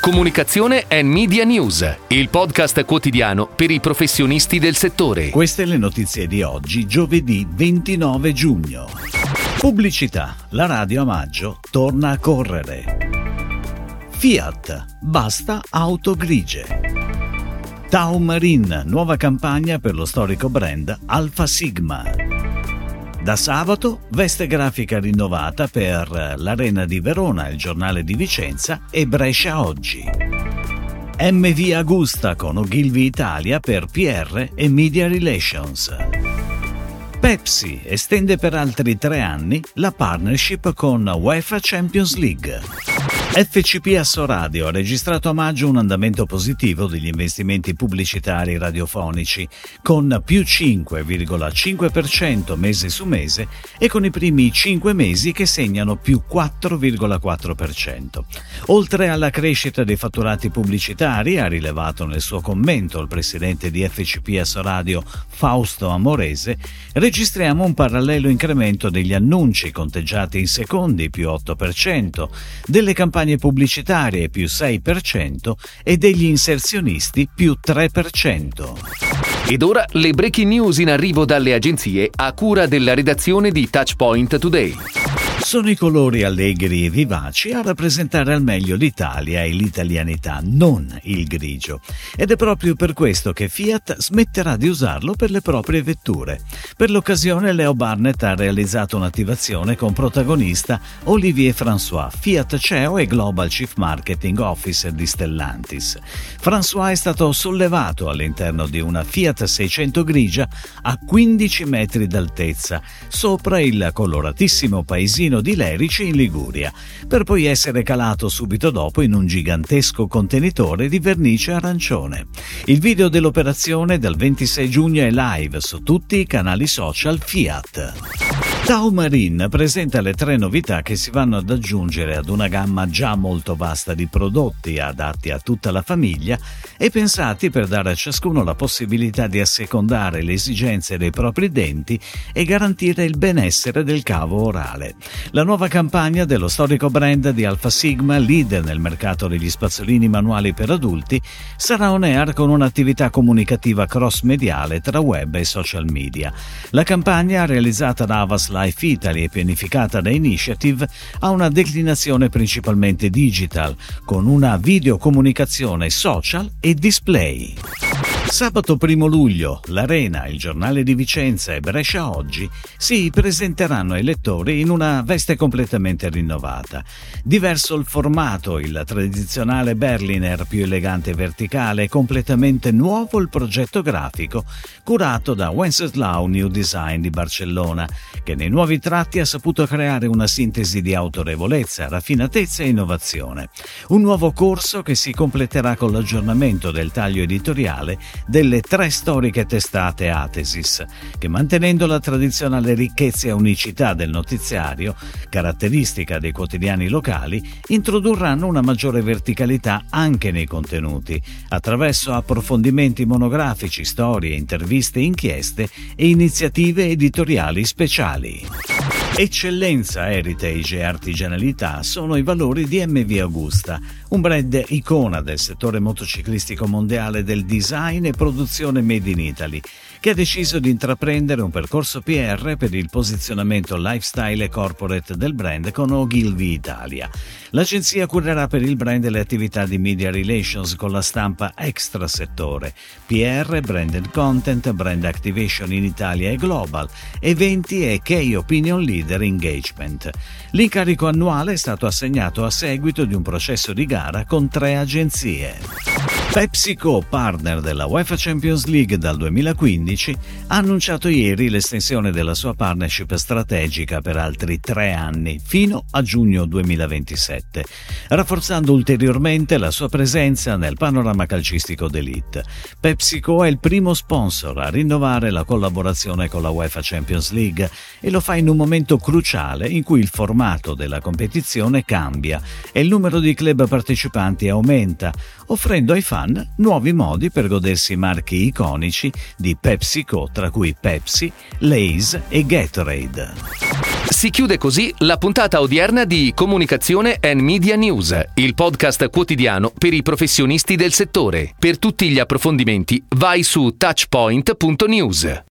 Comunicazione e Media News, il podcast quotidiano per i professionisti del settore. Queste le notizie di oggi, giovedì 29 giugno. Pubblicità. La radio a maggio torna a correre. Fiat. Basta auto grigie. Taumarin. Nuova campagna per lo storico brand Alfa Sigma. Da sabato, veste grafica rinnovata per l'Arena di Verona, il Giornale di Vicenza e Brescia Oggi. MV Agusta con Ogilvy Italia per PR e Media Relations. Pepsi estende per altri 3 anni la partnership con UEFA Champions League. FCP Assoradio ha registrato a maggio un andamento positivo degli investimenti pubblicitari radiofonici, con più 5,5% mese su mese e con i primi 5 mesi che segnano più 4,4%. Oltre alla crescita dei fatturati pubblicitari, ha rilevato nel suo commento il presidente di FCP Assoradio Fausto Amorese, registriamo un parallelo incremento degli annunci conteggiati in secondi più 8%, delle campagne pubblicitarie più 6% e degli inserzionisti più 3%. Ed ora le breaking news in arrivo dalle agenzie a cura della redazione di Touchpoint Today. Sono i colori allegri e vivaci a rappresentare al meglio l'Italia e l'italianità, non il grigio. Ed è proprio per questo che Fiat smetterà di usarlo per le proprie vetture. Per l'occasione Leo Barnett ha realizzato un'attivazione con protagonista Olivier François, Fiat CEO e Global Chief Marketing Officer di Stellantis. François è stato sollevato all'interno di una Fiat 600 grigia a 15 metri d'altezza, sopra il coloratissimo paesino di Lerici in Liguria, per poi essere calato subito dopo in un gigantesco contenitore di vernice arancione. Il video dell'operazione del 26 giugno è live su tutti i canali social Fiat. Taumarin presenta le 3 novità che si vanno ad aggiungere ad una gamma già molto vasta di prodotti adatti a tutta la famiglia e pensati per dare a ciascuno la possibilità di assecondare le esigenze dei propri denti e garantire il benessere del cavo orale. La nuova campagna dello storico brand di Alfa Sigma, leader nel mercato degli spazzolini manuali per adulti, sarà on air con un'attività comunicativa cross-mediale tra web e social media. La campagna, realizzata da Avas Life Italy e pianificata da Initiative, ha una declinazione principalmente digital, con una videocomunicazione social e display. Sabato 1 luglio, l'Arena, il Giornale di Vicenza e Brescia Oggi si presenteranno ai lettori in una veste completamente rinnovata. Diverso il formato, il tradizionale Berliner più elegante e verticale, completamente nuovo il progetto grafico curato da Wenceslao New Design di Barcellona, che nei nuovi tratti ha saputo creare una sintesi di autorevolezza, raffinatezza e innovazione. Un nuovo corso che si completerà con l'aggiornamento del taglio editoriale delle 3 storiche testate Atesis, che, mantenendo la tradizionale ricchezza e unicità del notiziario, caratteristica dei quotidiani locali, introdurranno una maggiore verticalità anche nei contenuti, attraverso approfondimenti monografici, storie, interviste, inchieste e iniziative editoriali speciali. Eccellenza, heritage e artigianalità sono i valori di MV Agusta, un brand icona del settore motociclistico mondiale del design e produzione made in Italy, che ha deciso di intraprendere un percorso PR per il posizionamento lifestyle e corporate del brand con Ogilvy Italia. L'agenzia curerà per il brand le attività di media relations con la stampa extrasettore, PR, branded content, brand activation in Italia e global, eventi e key opinion leader engagement. L'incarico annuale è stato assegnato a seguito di un processo di gara con 3 agenzie. PepsiCo, partner della UEFA Champions League dal 2015, ha annunciato ieri l'estensione della sua partnership strategica per altri 3 anni, fino a giugno 2027, rafforzando ulteriormente la sua presenza nel panorama calcistico d'élite. PepsiCo è il primo sponsor a rinnovare la collaborazione con la UEFA Champions League e lo fa in un momento cruciale in cui il formato della competizione cambia e il numero di club partecipanti aumenta, offrendo ai fan nuovi modi per godersi marchi iconici di PepsiCo, tra cui Pepsi, Lay's e Gatorade. Si chiude così la puntata odierna di Comunicazione and Media News, il podcast quotidiano per i professionisti del settore. Per tutti gli approfondimenti vai su touchpoint.news.